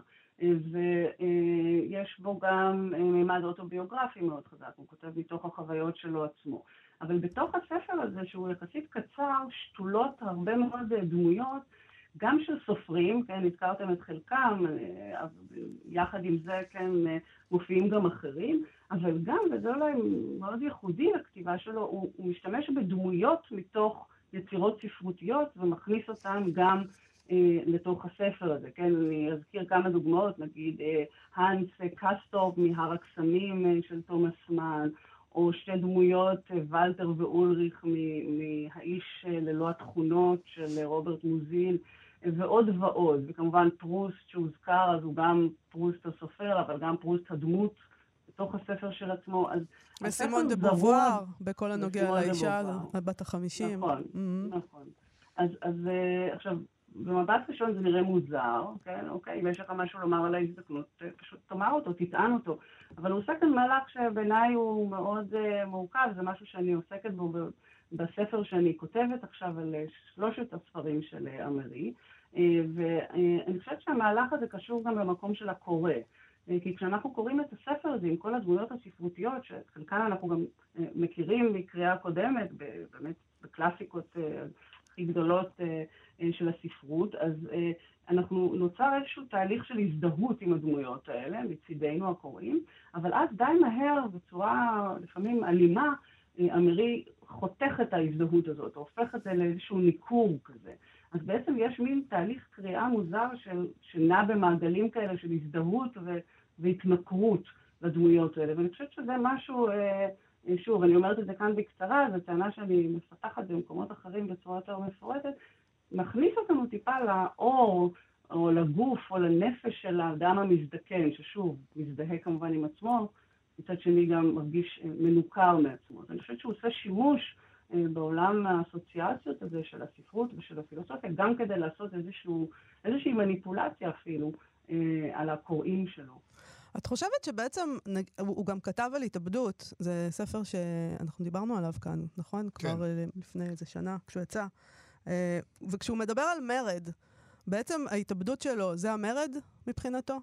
ויש בו גם מימד אוטוביוגרפי מאוד חזק, הוא כותב מתוך החוויות שלו עצמו. אבל בתוך הספר הזה, שהוא יחסית קצר, שתולות הרבה מאוד דמויות, גם של סופרים, כן, הזכרתם את חלקם, יחד עם זה, כן, מופיעים גם אחרים, אבל גם, וזה אולי מאוד ייחודי לכתיבה שלו, הוא, הוא משתמש בדמויות מתוך יצירות ספרותיות, ומכניס אותן גם אה, לתוך הספר הזה, כן, אני אזכיר כמה דוגמאות, נגיד, אה, הנס קסטורפ מהר הקסמים אה, של תומאס מן, או שתי דמויות, אה, ולטר ואולריך מהאיש אה, ללא התכונות של רוברט מוזיל, ועוד ועוד, וכמובן פרוסט שהוזכר, אז הוא גם פרוסט הסופר, אבל גם פרוסט הדמות בתוך הספר של עצמו. וסימון דה בובואר, בכל הנוגע לאישה, בת החמישים. נכון, mm-hmm. נכון. אז, אז עכשיו, במבט ראשון זה נראה מוזר, כן, אוקיי, אם יש לך משהו לומר על ההזדקנות, פשוט תאמר אותו, תטען אותו. אבל הוא עושה כאן מהלך שבעיניי הוא מאוד uh, מורכב, זה משהו שאני עוסקת בו ב- בספר שאני כותבת עכשיו על שלושת הספרים של אמרי, ואני חושבת שהמהלך הזה קשור גם למקום של הקורא. כי כשאנחנו קוראים את הספר הזה עם כל הדמויות הספרותיות, שחלקן אנחנו גם מכירים מקריאה קודמת, באמת בקלאסיקות הכי גדולות של הספרות, אז אנחנו נוצר איזשהו תהליך של הזדהות עם הדמויות האלה, מצידנו הקוראים, אבל אז די מהר, בצורה לפעמים אלימה, אמרי חותך את ההזדהות הזאת, הופך את זה לאיזשהו ניכור כזה. אז בעצם יש מין תהליך קריאה מוזר של, שנע במעגלים כאלה של הזדהות ו, והתנכרות לדמויות האלה. ואני חושבת שזה משהו, אה, שוב, אני אומרת את זה כאן בקצרה, זו טענה שאני מפתחת במקומות אחרים בצורה יותר מפורטת, מכניס אותנו טיפה לאור, או לגוף, או לנפש של האדם המזדקן, ששוב, מזדהה כמובן עם עצמו, מצד שני גם מרגיש מנוכר מעצמו. אז אני חושבת שהוא עושה שימוש בעולם האסוציאציות הזה של הספרות ושל הפילוסופיה, גם כדי לעשות איזשהו, איזושהי מניפולציה אפילו על הקוראים שלו. את חושבת שבעצם הוא גם כתב על התאבדות, זה ספר שאנחנו דיברנו עליו כאן, נכון? כן. כבר לפני איזה שנה, כשהוא יצא. וכשהוא מדבר על מרד, בעצם ההתאבדות שלו, זה המרד מבחינתו?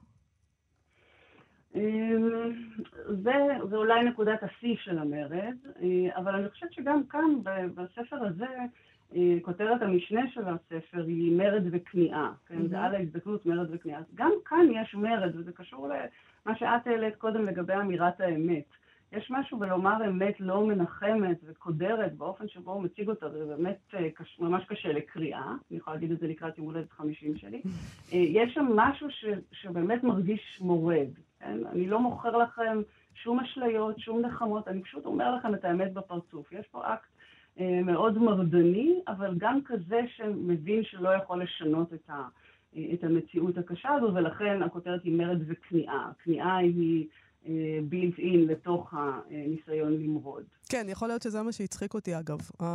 זה, זה אולי נקודת השיא של המרד, אבל אני חושבת שגם כאן בספר הזה, כותרת המשנה של הספר היא מרד וכניעה, כן? זה על ההזדקנות מרד וכניעה. גם כאן יש מרד, וזה קשור למה שאת העלית קודם לגבי אמירת האמת. יש משהו בלומר אמת לא מנחמת וקודרת באופן שבו הוא מציג אותה, זה באמת ממש קשה לקריאה, אני יכולה להגיד את זה לקראת יום הולדת חמישים שלי. יש שם משהו ש, שבאמת מרגיש מורד. כן? אני לא מוכר לכם שום אשליות, שום נחמות, אני פשוט אומר לכם את האמת בפרצוף. יש פה אקט אה, מאוד מרדני, אבל גם כזה שמבין שלא יכול לשנות את, ה, את המציאות הקשה הזו, ולכן הכותרת היא מרד וכניעה. כניעה היא בילט אין לתוך הניסיון למרוד. כן, יכול להיות שזה מה שהצחיק אותי אגב.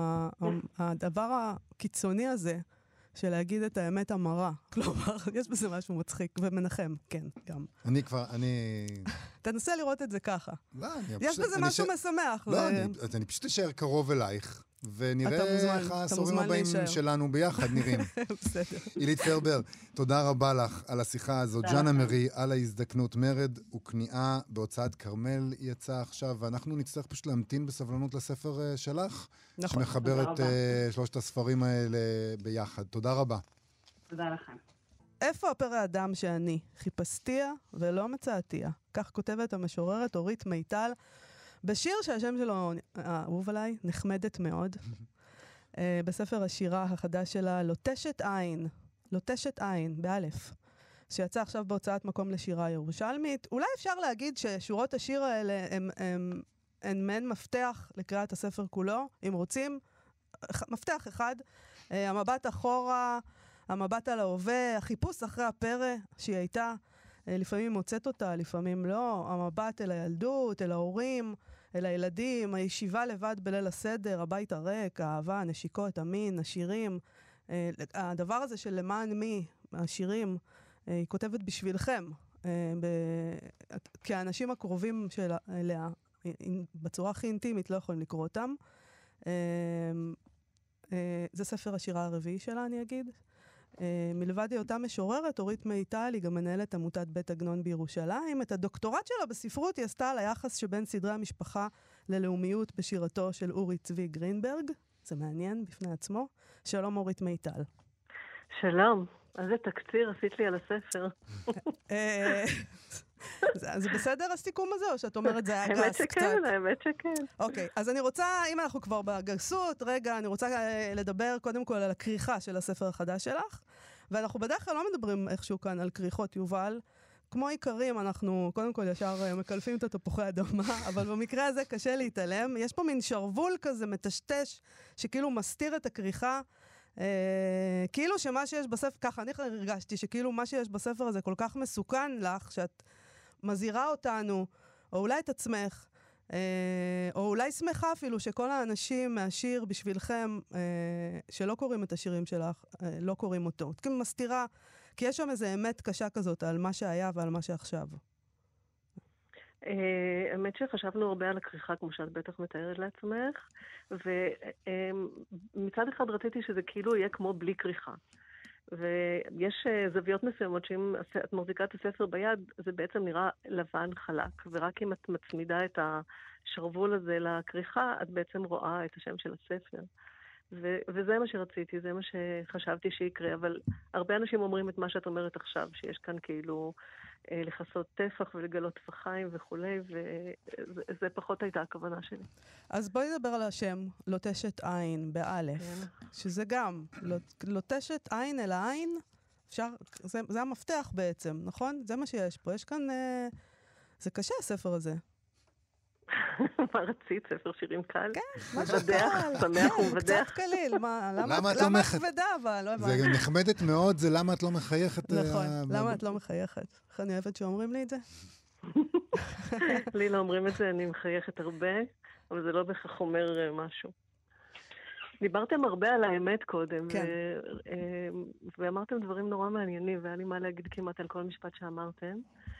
הדבר הקיצוני הזה, של להגיד את האמת המרה. כלומר, יש בזה משהו מצחיק ומנחם, כן, גם. אני כבר, אני... תנסה לראות את זה ככה. לא, אני... יש בזה משהו משמח. לא, אני פשוט אשאר קרוב אלייך, ונראה איך העשורים הבאים שלנו ביחד נראים. בסדר. אילית פרבר, תודה רבה לך על השיחה הזאת. ז'אנה מרי, על ההזדקנות, מרד וכניעה בהוצאת כרמל יצא עכשיו, ואנחנו נצטרך פשוט להמתין בסבלנות לספר שלך, שמחבר את שלושת הספרים האלה ביחד. תודה רבה. תודה לכם. איפה הפרא אדם שאני? חיפשתיה ולא מצאתיה. כך כותבת המשוררת אורית מיטל, בשיר שהשם שלו אהוב עליי, נחמדת מאוד. uh, בספר השירה החדש שלה, לוטשת עין, לוטשת עין, באלף, שיצא עכשיו בהוצאת מקום לשירה ירושלמית. אולי אפשר להגיד ששורות השיר האלה הם, הם, הם מעין מפתח לקריאת הספר כולו, אם רוצים. מפתח אחד, uh, המבט אחורה, המבט על ההווה, החיפוש אחרי הפרא שהיא הייתה, uh, לפעמים מוצאת אותה, לפעמים לא, המבט אל הילדות, אל ההורים, אל הילדים, הישיבה לבד בליל הסדר, הבית הריק, האהבה, הנשיקות, המין, השירים. אה, הדבר הזה של למען מי, השירים, אה, היא כותבת בשבילכם, אה, ב... כי האנשים הקרובים שלה, אליה, בצורה הכי אינטימית, לא יכולים לקרוא אותם. אה, אה, זה ספר השירה הרביעי שלה, אני אגיד. Uh, מלבד היותה משוררת, אורית מיטל היא גם מנהלת עמותת בית עגנון בירושלים. את הדוקטורט שלה בספרות היא עשתה על היחס שבין סדרי המשפחה ללאומיות בשירתו של אורי צבי גרינברג. זה מעניין בפני עצמו. שלום אורית מיטל. שלום, איזה תקציר עשית לי על הספר. זה בסדר הסיכום הזה, או שאת אומרת זה היה גס קצת? האמת שכן, האמת שכן. אוקיי, אז אני רוצה, אם אנחנו כבר בגסות, רגע, אני רוצה לדבר קודם כל על הכריכה של הספר החדש שלך, ואנחנו בדרך כלל לא מדברים איכשהו כאן על כריכות, יובל. כמו עיקרים, אנחנו קודם כל ישר מקלפים את התפוחי אדמה, אבל במקרה הזה קשה להתעלם. יש פה מין שרבול כזה מטשטש, שכאילו מסתיר את הכריכה, אה, כאילו שמה שיש בספר, ככה אני הרגשתי, שכאילו מה שיש בספר הזה כל כך מסוכן לך, שאת מזהירה אותנו, או אולי את עצמך, אה, או אולי שמחה אפילו שכל האנשים מהשיר בשבילכם, אה, שלא קוראים את השירים שלך, אה, לא קוראים אותו. את כאילו מסתירה, כי יש שם איזו אמת קשה כזאת על מה שהיה ועל מה שעכשיו. האמת שחשבנו הרבה על הכריכה, כמו שאת בטח מתארת לעצמך, ומצד אחד רציתי שזה כאילו יהיה כמו בלי כריכה. ויש זוויות מסוימות שאם את מחזיקה את הספר ביד, זה בעצם נראה לבן חלק, ורק אם את מצמידה את השרבול הזה לכריכה, את בעצם רואה את השם של הספר. ו- וזה מה שרציתי, זה מה שחשבתי שיקרה, אבל הרבה אנשים אומרים את מה שאת אומרת עכשיו, שיש כאן כאילו אה, לחסות טפח ולגלות טפחיים וכולי, וזה פחות הייתה הכוונה שלי. אז בואי נדבר על השם, לוטשת עין, באלף, כן. שזה גם, לוט, לוטשת עין אל העין, אפשר, זה, זה המפתח בעצם, נכון? זה מה שיש פה, יש כאן, אה, זה קשה הספר הזה. מה רצית? ספר שירים קל? כן, משהו קל. שמח ומבדח. קצת קליל. למה את כבדה אבל? זה נחמדת מאוד, זה למה את לא מחייכת. נכון, למה את לא מחייכת? איך אני אוהבת שאומרים לי את זה? לי לא אומרים את זה, אני מחייכת הרבה, אבל זה לא בכך אומר משהו. דיברתם הרבה על האמת קודם, ואמרתם דברים נורא מעניינים, והיה לי מה להגיד כמעט על כל משפט שאמרתם.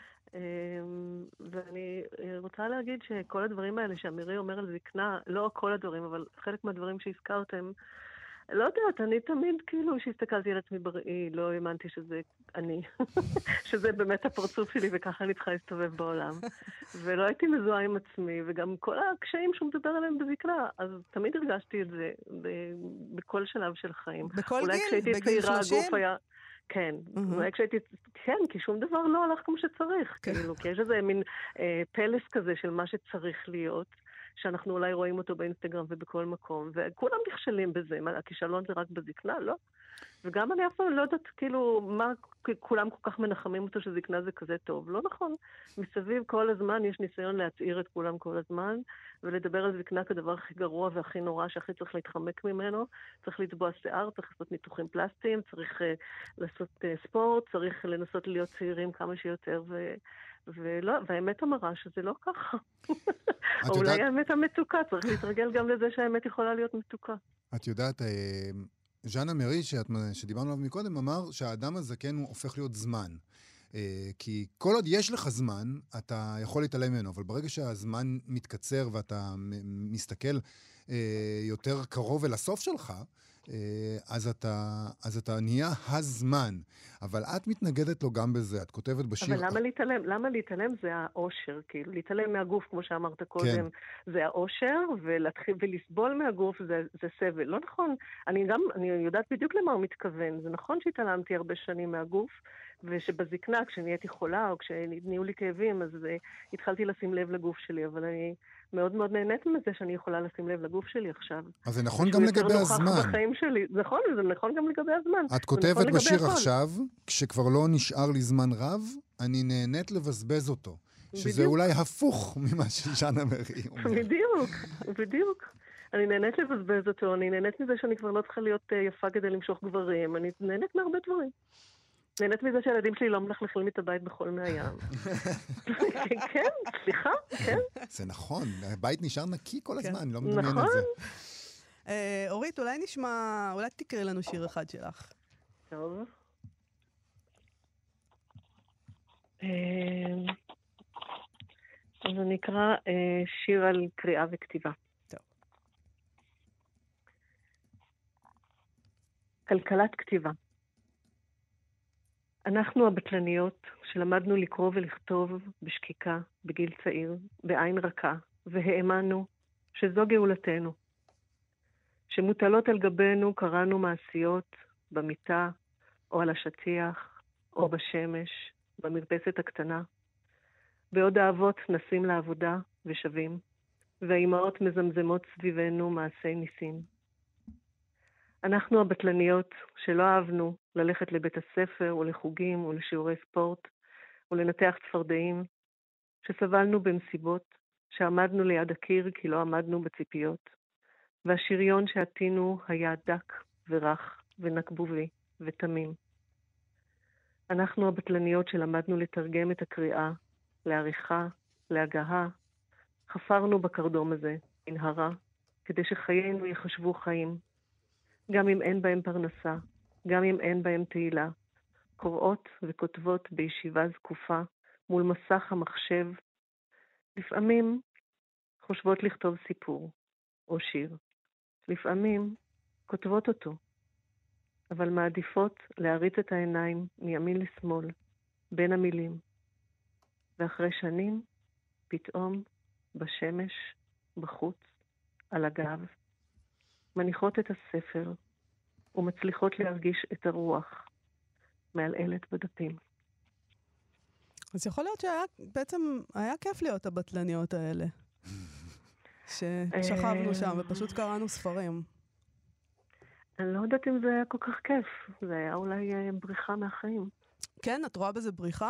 ואני רוצה להגיד שכל הדברים האלה שאמירי אומר על זקנה, לא כל הדברים, אבל חלק מהדברים שהזכרתם, לא יודעת, אני תמיד כאילו שהסתכלתי על עצמי בראי, לא האמנתי שזה אני, שזה באמת הפרצוף שלי וככה אני צריכה להסתובב בעולם. ולא הייתי מזוהה עם עצמי, וגם כל הקשיים שהוא מדבר עליהם בזקנה, אז תמיד הרגשתי את זה בכל שלב של חיים. בכל גיל? בגיל שלושים? כן, אולי כשהייתי, כן, כי שום דבר לא הלך כמו שצריך, כאילו, כי יש איזה מין אה, פלס כזה של מה שצריך להיות, שאנחנו אולי רואים אותו באינסטגרם ובכל מקום, וכולם נכשלים בזה. מה, הכישלון זה רק בזקנה? לא. וגם אני אף פעם לא יודעת, כאילו, מה כולם כל כך מנחמים אותו שזקנה זה כזה טוב. לא נכון. מסביב כל הזמן יש ניסיון להצעיר את כולם כל הזמן, ולדבר על זקנה כדבר הכי גרוע והכי נורא שהכי צריך להתחמק ממנו. צריך לצבוע שיער, צריך לעשות ניתוחים פלסטיים, צריך uh, לעשות uh, ספורט, צריך לנסות להיות צעירים כמה שיותר, ו... ולא, והאמת המרה שזה לא ככה. או אולי האמת המתוקה, צריך להתרגל גם לזה שהאמת יכולה להיות מתוקה. את יודעת, ז'אן אמרי, שדיברנו עליו מקודם, אמר שהאדם הזקן הוא הופך להיות זמן. כי כל עוד יש לך זמן, אתה יכול להתעלם ממנו, אבל ברגע שהזמן מתקצר ואתה מסתכל יותר קרוב אל הסוף שלך, אז אתה, אז אתה נהיה הזמן. אבל את מתנגדת לו גם בזה, את כותבת בשיר... אבל למה להתעלם? למה להתעלם זה האושר, כאילו, להתעלם מהגוף, כמו שאמרת קודם, כן. זה האושר, ולהתחיל ולסבול מהגוף זה, זה סבל. לא נכון. אני גם, אני יודעת בדיוק למה הוא מתכוון. זה נכון שהתעלמתי הרבה שנים מהגוף, ושבזקנה, כשנהייתי חולה, או כשנהיו לי כאבים, אז uh, התחלתי לשים לב לגוף שלי, אבל אני מאוד מאוד נהנית מזה שאני יכולה לשים לב לגוף שלי עכשיו. אז זה נכון גם לגבי הזמן. בחיים שלי. נכון, זה נכון גם לגבי הזמן. את כותבת נכון בשיר עכשיו, כשכבר לא נשאר לי זמן רב, אני נהנית לבזבז אותו. שזה בדיוק. אולי הפוך ממה שז'אן אמרי אומר. בדיוק, בדיוק. אני נהנית לבזבז אותו, אני נהנית מזה שאני כבר לא צריכה להיות יפה כדי למשוך גברים, אני נהנית מהרבה דברים. נהנית מזה שהילדים שלי לא מלכלכים את הבית בכל מהים. כן, סליחה, כן. זה נכון, הבית נשאר נקי כל הזמן, אני לא מדמיין את זה. אורית, אולי נשמע, אולי תקראי לנו שיר אחד שלך. טוב. אז אני אקרא שיר על קריאה וכתיבה. טוב. כלכלת כתיבה. אנחנו הבטלניות שלמדנו לקרוא ולכתוב בשקיקה, בגיל צעיר, בעין רכה, והאמנו שזו גאולתנו. שמוטלות על גבינו קראנו מעשיות במיטה, או על השטיח, או בשמש, במרפסת הקטנה. בעוד האבות נסים לעבודה ושווים, והאימהות מזמזמות סביבנו מעשי ניסים. אנחנו הבטלניות שלא אהבנו ללכת לבית הספר או לחוגים או לשיעורי ספורט או לנתח צפרדעים, שסבלנו במסיבות, שעמדנו ליד הקיר כי לא עמדנו בציפיות, והשריון שעתינו היה דק ורך ונקבובי ותמים. אנחנו הבטלניות שלמדנו לתרגם את הקריאה, לעריכה, להגהה, חפרנו בקרדום הזה, מנהרה, כדי שחיינו יחשבו חיים, גם אם אין בהם פרנסה, גם אם אין בהם תהילה, קוראות וכותבות בישיבה זקופה מול מסך המחשב, לפעמים חושבות לכתוב סיפור או שיר, לפעמים כותבות אותו, אבל מעדיפות להריץ את העיניים מימין לשמאל, בין המילים, ואחרי שנים, פתאום, בשמש, בחוץ, על הגב, מניחות את הספר ומצליחות להרגיש את הרוח מעלעלת בדפים. אז יכול להיות שבעצם היה כיף להיות הבטלניות האלה. ששכבנו שם ופשוט קראנו ספרים. אני לא יודעת אם זה היה כל כך כיף. זה היה אולי בריחה מהחיים. כן, את רואה בזה בריחה?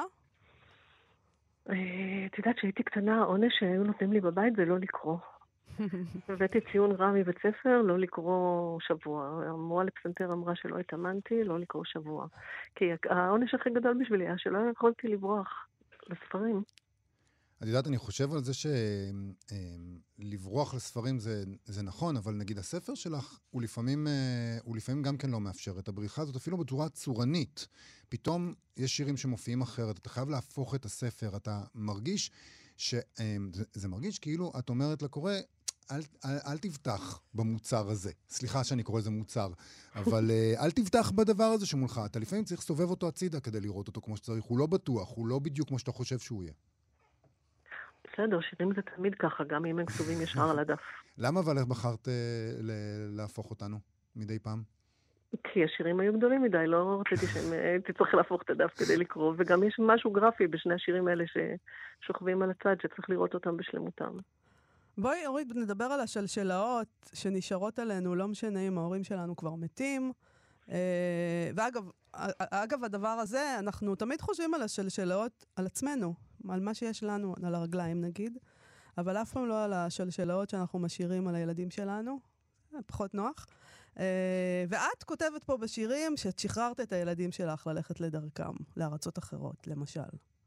את יודעת שהייתי קטנה, העונש שהיו נותנים לי בבית זה לא לקרוא. הבאתי ציון רע מבית ספר, לא לקרוא שבוע. המורה לפסנתר אמרה שלא התאמנתי, לא לקרוא שבוע. כי העונש הכי גדול בשבילי היה שלא יכולתי לברוח לספרים. את יודעת, אני חושב על זה שלברוח לספרים זה, זה נכון, אבל נגיד הספר שלך הוא לפעמים, הוא לפעמים גם כן לא מאפשר את הבריחה הזאת, אפילו בצורה צורנית. פתאום יש שירים שמופיעים אחרת, אתה חייב להפוך את הספר, אתה מרגיש ש... זה, זה מרגיש כאילו את אומרת לקורא, אל, אל, אל תבטח במוצר הזה. סליחה שאני קורא לזה מוצר, אבל אל תבטח בדבר הזה שמולך. אתה לפעמים צריך לסובב אותו הצידה כדי לראות אותו כמו שצריך. הוא לא בטוח, הוא לא בדיוק כמו שאתה חושב שהוא יהיה. בסדר, שירים זה תמיד ככה, גם אם הם כתובים ישר על הדף. למה אבל איך בחרת להפוך אותנו מדי פעם? כי השירים היו גדולים מדי, לא רציתי שהייתי צריך להפוך את הדף כדי לקרוא, וגם יש משהו גרפי בשני השירים האלה ששוכבים על הצד, שצריך לראות אותם בשלמותם. בואי, אורית, נדבר על השלשלאות שנשארות עלינו, לא משנה אם ההורים שלנו כבר מתים. ואגב, אגב, הדבר הזה, אנחנו תמיד חושבים על השלשלאות על עצמנו, על מה שיש לנו, על הרגליים נגיד, אבל אף פעם לא על השלשלאות שאנחנו משאירים על הילדים שלנו, פחות נוח. ואת כותבת פה בשירים שאת שחררת את הילדים שלך ללכת לדרכם, לארצות אחרות, למשל.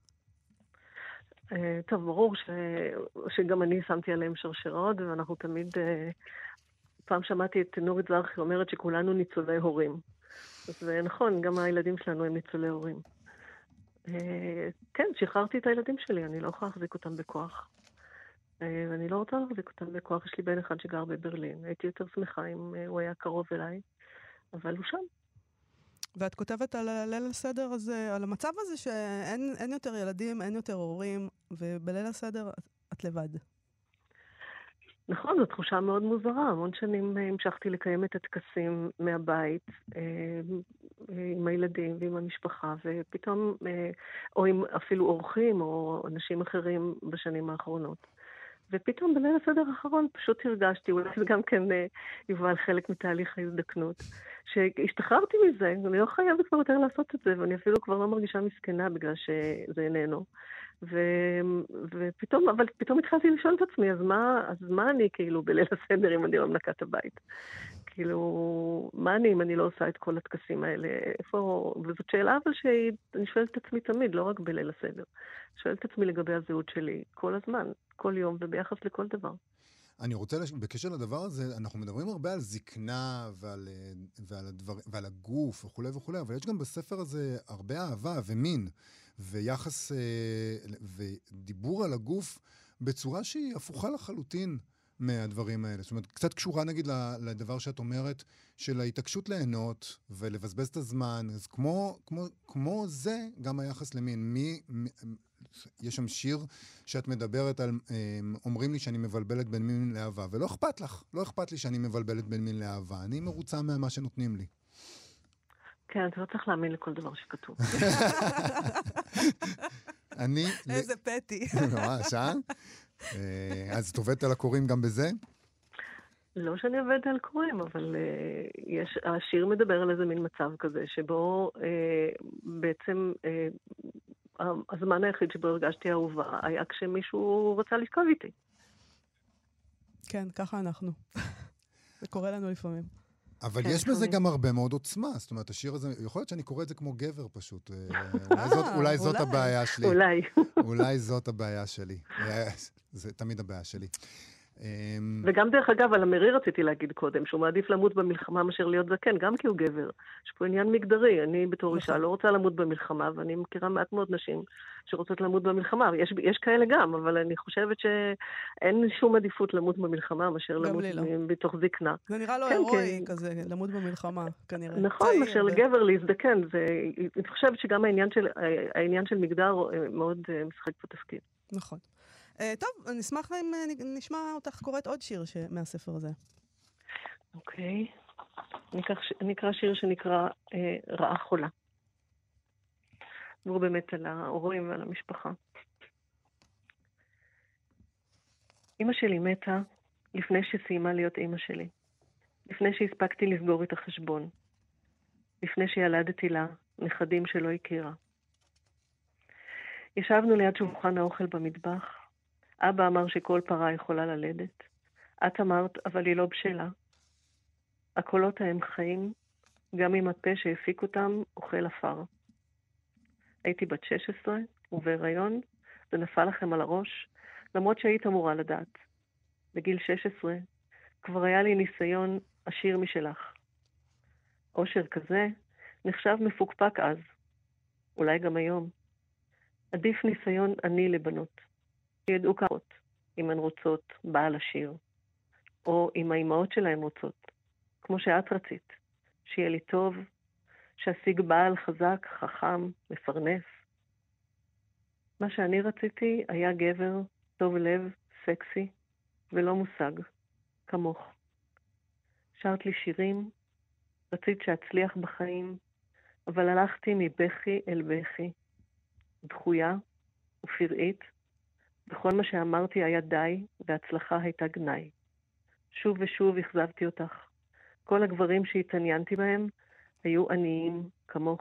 טוב, ברור ש... שגם אני שמתי עליהם שרשרות, ואנחנו תמיד... פעם שמעתי את נורית זרחי אומרת שכולנו ניצולי הורים. אז נכון, גם הילדים שלנו הם ניצולי הורים. כן, שחררתי את הילדים שלי, אני לא יכולה להחזיק אותם בכוח. ואני לא רוצה להחזיק אותם בכוח. יש לי בן אחד שגר בברלין. הייתי יותר שמחה אם הוא היה קרוב אליי, אבל הוא שם. ואת כותבת על ליל הסדר הזה, על המצב הזה שאין אין יותר ילדים, אין יותר הורים, ובליל הסדר את לבד. נכון, זו תחושה מאוד מוזרה. המון שנים המשכתי לקיים את הטקסים מהבית, עם הילדים ועם המשפחה, ופתאום, או עם אפילו אורחים או אנשים אחרים בשנים האחרונות. ופתאום בליל הסדר האחרון פשוט הרגשתי, אולי זה גם כן יובל חלק מתהליך ההזדקנות, שהשתחררתי מזה, אני לא חייבת כבר יותר לעשות את זה, ואני אפילו כבר לא מרגישה מסכנה בגלל שזה איננו. ו... ופתאום, אבל פתאום התחלתי לשאול את עצמי, אז מה, אז מה אני כאילו בליל הסדר אם אני לא מנקה את הבית? כאילו, מה אני אם אני לא עושה את כל הטקסים האלה? איפה... וזאת שאלה אבל שאני שואלת את עצמי תמיד, לא רק בליל הסדר. שואלת את עצמי לגבי הזהות שלי כל הזמן, כל יום וביחס לכל דבר. אני רוצה, בקשר לדבר הזה, אנחנו מדברים הרבה על זקנה ועל, ועל, הדבר, ועל הגוף וכו' וכו', אבל יש גם בספר הזה הרבה אהבה ומין, ויחס ודיבור על הגוף בצורה שהיא הפוכה לחלוטין מהדברים האלה. זאת אומרת, קצת קשורה נגיד לדבר שאת אומרת, של ההתעקשות ליהנות ולבזבז את הזמן. אז כמו, כמו, כמו זה גם היחס למין. מי... מי יש שם שיר שאת מדברת על, אומרים לי שאני מבלבלת בין מין לאהבה, ולא אכפת לך, לא אכפת לי שאני מבלבלת בין מין לאהבה, אני מרוצה מהמה שנותנים לי. כן, אתה לא צריך להאמין לכל דבר שכתוב. אני... איזה פטי. ממש, אה? אז את עובדת על הקוראים גם בזה? לא שאני עובדת על קוראים, אבל יש, השיר מדבר על איזה מין מצב כזה, שבו בעצם... הזמן היחיד שבו הרגשתי אהובה היה כשמישהו רצה לשכב איתי. כן, ככה אנחנו. זה קורה לנו לפעמים. אבל יש בזה גם הרבה מאוד עוצמה. זאת אומרת, השיר הזה, יכול להיות שאני קורא את זה כמו גבר פשוט. אולי זאת הבעיה שלי. אולי. אולי זאת הבעיה שלי. זה תמיד הבעיה שלי. וגם דרך אגב, על המרי רציתי להגיד קודם, שהוא מעדיף למות במלחמה מאשר להיות זקן, גם כי הוא גבר. יש פה עניין מגדרי, אני בתור אישה לא רוצה למות במלחמה, ואני מכירה מעט מאוד נשים שרוצות למות במלחמה, יש, יש כאלה גם, אבל אני חושבת שאין שום עדיפות למות במלחמה מאשר למות לא. בתוך זקנה. זה נראה לו כן, הירואי כן. כזה, למות במלחמה, כנראה. נכון, מאשר ו... לגבר להזדקן, זה, אני חושבת שגם העניין של, העניין של מגדר מאוד משחק פה תפקיד. נכון. Uh, טוב, נשמח אם uh, נשמע אותך קוראת עוד שיר ש... מהספר הזה. אוקיי. Okay. אני אקרא שיר שנקרא uh, רעה חולה. והוא באמת על ההורים ועל המשפחה. אמא שלי מתה לפני שסיימה להיות אמא שלי. לפני שהספקתי לסגור את החשבון. לפני שילדתי לה נכדים שלא הכירה. ישבנו ליד שולחן האוכל במטבח. אבא אמר שכל פרה יכולה ללדת. את אמרת, אבל היא לא בשלה. הקולות ההם חיים, גם אם הפה שהפיק אותם אוכל אפר. הייתי בת שש עשרה, ובהיריון, זה נפל לכם על הראש, למרות שהיית אמורה לדעת. בגיל שש עשרה, כבר היה לי ניסיון עשיר משלך. אושר כזה נחשב מפוקפק אז. אולי גם היום. עדיף ניסיון עני לבנות. שידעו כרות, אם הן רוצות בעל עשיר, או אם האימהות שלהן רוצות, כמו שאת רצית, שיהיה לי טוב, שאשיג בעל חזק, חכם, מפרנס. מה שאני רציתי היה גבר, טוב לב, סקסי, ולא מושג, כמוך. שרת לי שירים, רצית שאצליח בחיים, אבל הלכתי מבכי אל בכי, דחויה ופראית, וכל מה שאמרתי היה די, והצלחה הייתה גנאי. שוב ושוב הכזבתי אותך. כל הגברים שהתעניינתי בהם היו עניים כמוך.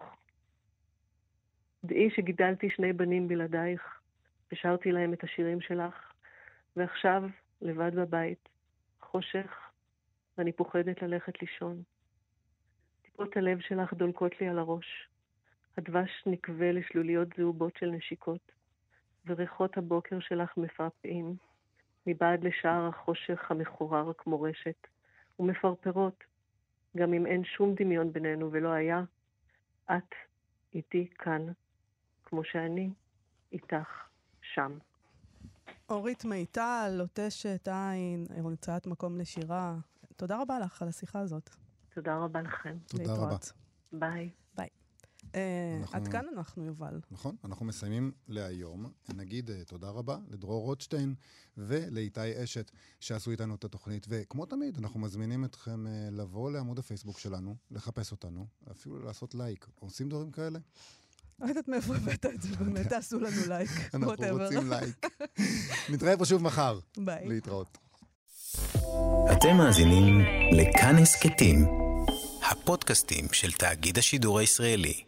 דעי שגידלתי שני בנים בלעדייך, ושרתי להם את השירים שלך, ועכשיו לבד בבית, חושך, ואני פוחדת ללכת לישון. טיפות הלב שלך דולקות לי על הראש. הדבש נקווה לשלוליות זהובות של נשיקות, וריחות הבוקר שלך מפרפעים, מבעד לשער החושך המחורר כמו רשת, ומפרפרות, גם אם אין שום דמיון בינינו ולא היה, את איתי כאן, כמו שאני איתך שם. אורית מיטל, לוטשת עין, הוצאת מקום לשירה. תודה רבה לך על השיחה הזאת. תודה רבה לכם. תודה רבה. ביי. ביי. עד כאן אנחנו, יובל. נכון, אנחנו מסיימים להיום. נגיד תודה רבה לדרור רוטשטיין ולאיתי אשת שעשו איתנו את התוכנית. וכמו תמיד, אנחנו מזמינים אתכם לבוא לעמוד הפייסבוק שלנו, לחפש אותנו, אפילו לעשות לייק. עושים דברים כאלה? לא יודעת מאיפה הבאת את זה, באמת תעשו לנו לייק. אנחנו רוצים לייק. נתראה פה שוב מחר. ביי. להתראות. אתם מאזינים לכאן הסכתים, הפודקאסטים של תאגיד השידור הישראלי.